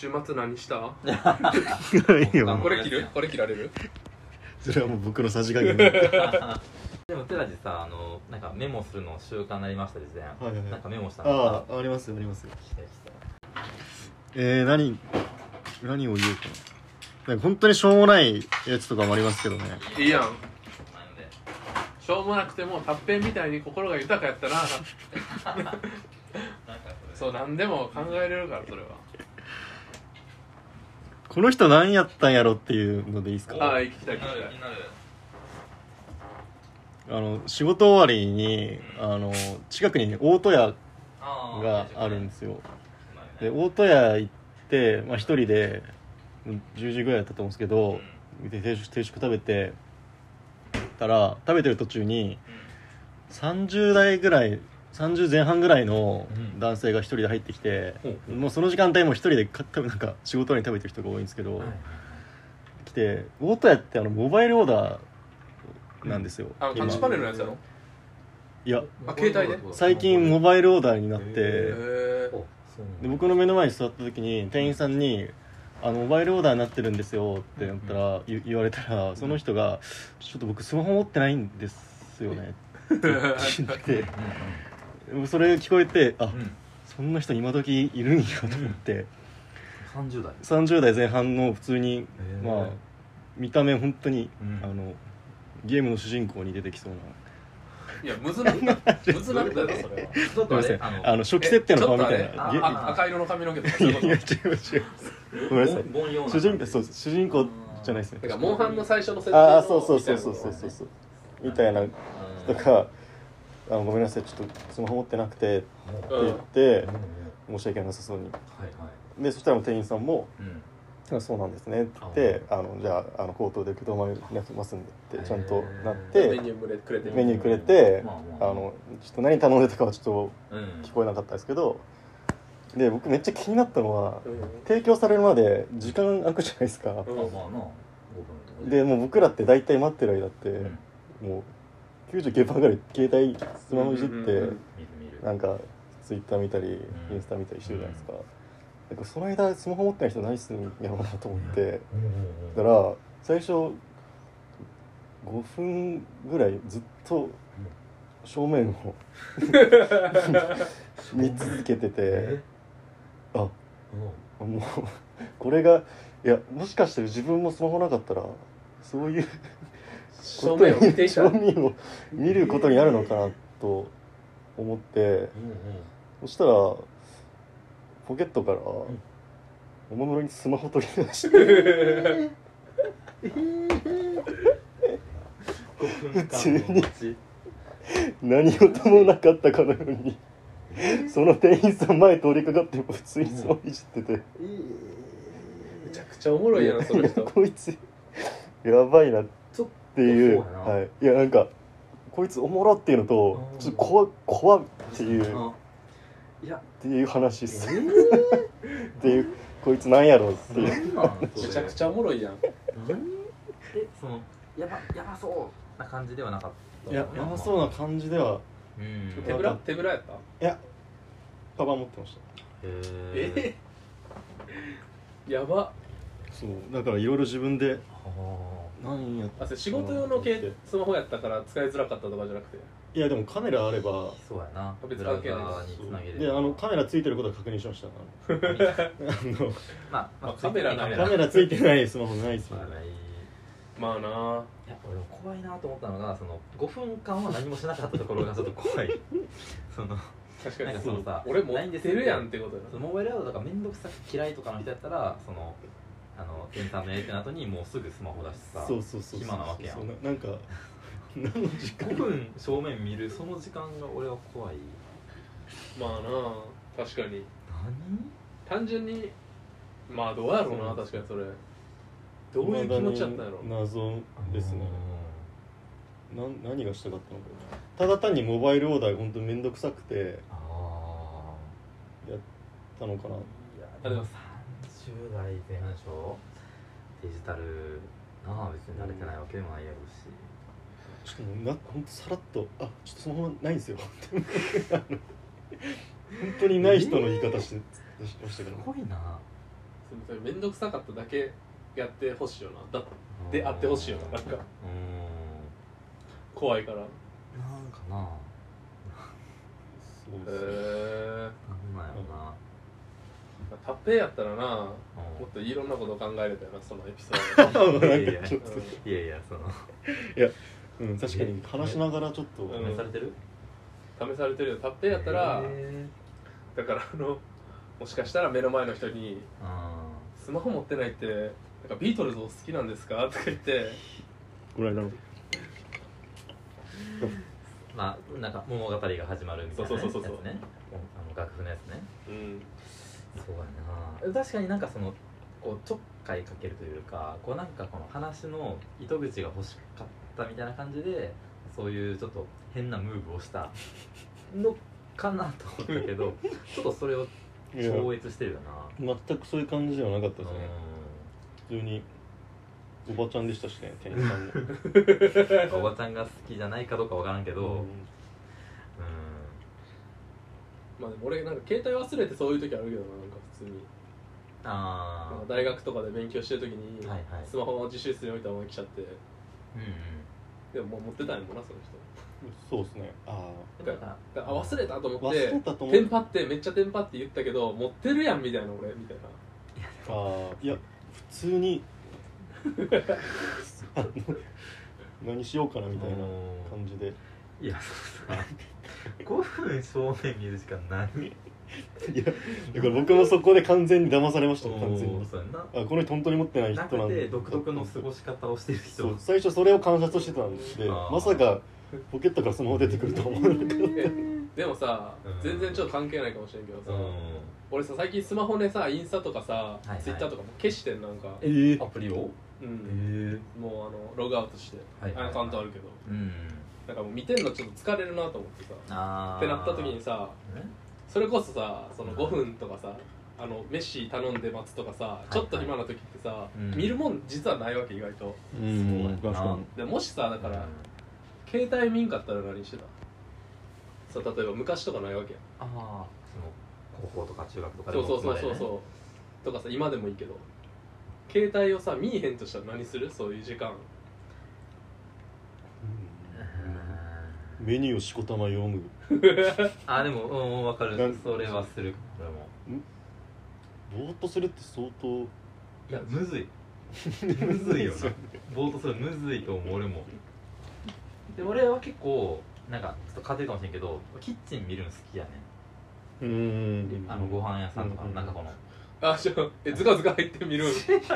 週末何した？ いいよこれ切られる？ それはもう僕のさじ加減でも寺地さ、なんかメモするの習慣になりました事前、 はいはいはい、 なんかメモしたのありますよありますよ。 聞きたい何を言うかな。なんか本当にしょうもないやつとかもありますけどね。 いいやん。しょうもなくてもタッペンみたいに心が豊かやったらそう何でも考えれるから。それはこの人何やったんやろっていうのでいいですか？ ああ、聞きたい聞きたい。 仕事終わりに近くに大戸屋があるんですよ。で大戸屋行って、一人で10時ぐらいだったと思うんですけど、定食食べてたら、食べてる途中に30代ぐらい、30前半ぐらいの男性が一人で入ってきて、もうその時間帯も一人で多分なんか仕事に食べてる人が多いんですけど、来て、大戸屋ってモバイルオーダーなんですよ。 タッチパネルのやつやろ？ いや、 携帯で最近モバイルオーダーになって、 で僕の目の前に座った時に店員さんにモバイルオーダーになってるんですよって言ったら、言われたら、その人がちょっと僕スマホ持ってないんですよねって言ってそれ聞こえて、そんな人今時いるんやと思って、30代前半の普通に、見た目本当に、ゲームの主人公に出てきそうな。 いや、むずなったよそれは。 ちょっと待って、初期設定の顔みたいな、 赤色の髪の毛とかそういうこと。 いや違うごめんなさい、主人公じゃないですね。 だからモンハンの最初の設定のそうみたいな人がごめんなさい、ちょっとスマホ持ってなくてって言って、申し訳なさそうに、でそしたら店員さんも、そうなんですねって言って、じゃあ口頭で受け止まりますんでってちゃんとなって、メニューくれて、ちょっと何頼んでたかはちょっと聞こえなかったですけど、で僕めっちゃ気になったのは、提供されるまで時間空くじゃないですか。でもう僕らって大体待ってる間って、もう99%ぐらい携帯スマホいじって、なんかツイッター見たりインスタ見たりしてるじゃないですか。その間スマホ持ってない人何するんやろうなと思って、だから最初5分ぐらいずっと正面を見続けてて、もうこれが、いやもしかして自分もスマホなかったらそういう正面を見ることになるのかなと思って、そしたらポケットからおもむろにスマホ取り出して普通に何事もなかったかのようにその店員さん前通りかかって普通にスマホいじってて、 めちゃくちゃおもろいやんその人。 こいつやばいなっていう、いやなんかこいつおもろっていうのとちょっと怖っていう話っす、っていう、こいつなんやろっていう、 めちゃくちゃおもろいやん。 そのやばそうな感じではなかった。 いややばそうな感じでは、 手ぶらやった？ いやカバン持ってました。 やば。 そうだからいろいろ自分で何やった仕事用のスマホやったから使いづらかったとかじゃなくて、 いやでもカメラあれば、 そうやな、 別に関係ないにつなげる。 でカメラついてることは確認しました。 カメラついてないスマホないですよね。 まあな。いや俺も怖いなと思ったのが、その5分間は何もしなかったところがちょっと怖い。その確かにそのさ、 俺持ってるやんってことだ。 モバイルアウトとかめんどくさく嫌いとかの人やったら、その店員さんのやり手の後にもうすぐスマホだしさ、暇なわけやん。 なんか何の時間 5分正面見るその時間が俺は怖い。 まあな、確かに。単純にまあどうやろうな。確かにそれどういう気持ちだったんやろ。 謎ですね。何がしたかったのか。ただ単にモバイルオーダーが本当にめんどくさくてやったのかな。 いやでも30代前半でしょ。デジタルなあ、別に慣れてないわけでもないやろうし、 しかもほんとさらっとちょっとスマホないんですよ本当にない人の言い方してましたけど、 すごいな。 めんどくさかっただけやってほしいよな。だってあってほしいよな。なんか怖いから。 なんかなそうですね。 なんなんやろな。 タッペイやったらな、もっといろんなこと考えれたよな、そのエピソード。 いやいやそのいや、確かに話しながらちょっと試されてる？ 試されてるよ。タッペイやったら、だからもしかしたら目の前の人にスマホ持ってないってなんかビートルズお好きなんですかとか言ってぐらいなの。 まあなんか物語が始まるみたいなやつね。 そう楽譜のやつね。そうやな。確かになんかそのこうちょっかいかけるというか、こうなんかこの話の糸口が欲しかったみたいな感じで、そういうちょっと変なムーブをしたのかなと思ったけど、ちょっとそれを超越してるよな。 全くそういう感じではなかったですね。普通におばちゃんでしたしね、店員さんも。 おばちゃんが好きじゃないかどうかわからんけど、 まあでも俺なんか携帯忘れてそういう時あるけどな、なんか普通になんか大学とかで勉強してる時にスマホを自習室に置いたまま来ちゃって、でももう持ってたんやもんな、その人。 そうですね。 忘れたと思ってテンパってめっちゃテンパって言ったけど、持ってるやんみたいな俺みたいな。 いや普通に何しようかなみたいな感じで。 いや5分正面見る時間何？ いやだから僕もそこで完全に騙されました。完全に。この人本当に持ってない人なんで。 独特の過ごし方をしてる人。 そう最初それを観察してたんで、まさかポケットからスマホ出てくるとは思わなかった。 でもさ、全然ちょっと関係ないかもしれんけどさ、俺さ最近スマホでさインスタとかさ、ツイッターとかも消してん、なんかアプリをもうログアウトしてアカウントあるけど、なんかもう見てんのちょっと疲れるなと思ってさ、ってなった時にさ、それこそさ、その5分とかさ、飯頼んで待つとかさ、ちょっと暇な時ってさ、見るもん実はないわけ、意外と。でもしさ、だから携帯見んかったら何してた？そう例えば昔とかないわけやん。 その高校とか中学とかでもそうとかさ、今でもいいけど携帯をさ見えへんとしたら何する？そういう時間。 メニューをしこたま読む。 でも分かる。それはする。俺もぼーっとするって相当。 いやむずいむずいよな。ぼーっとするむずいと思う。俺も。で俺は結構なんかちょっと家庭かもしれんけど、キッチン見るの好きやね。ご飯屋さんとかなんかこのズカズカ入ってみる。違う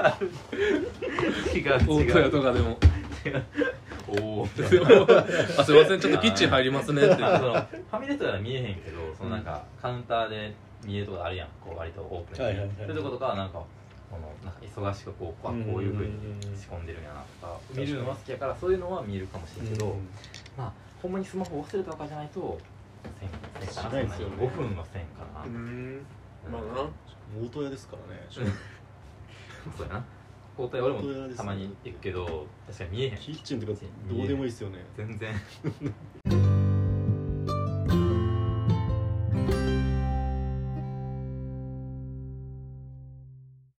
大戸屋とかでもおおすいません、ちょっとキッチン入りますねって。ファミレスなら見えへんけど、そのなんかカウンターで見えるとこあるやん、こう割とオープンに。そういうとことかはなんかなんか忙しくこういう風に仕込んでるんやなとか見るのは好きやから、そういうのは見るかもしれんけど、まあほんまにスマホ忘れたとかじゃないとせんかな。5分のせんかな。 まあな、 大戸屋ですからね。 そうやな。大戸屋俺もたまに行くけど、確かに見えへん。 キッチンとかどうでもいいっすよね。 全然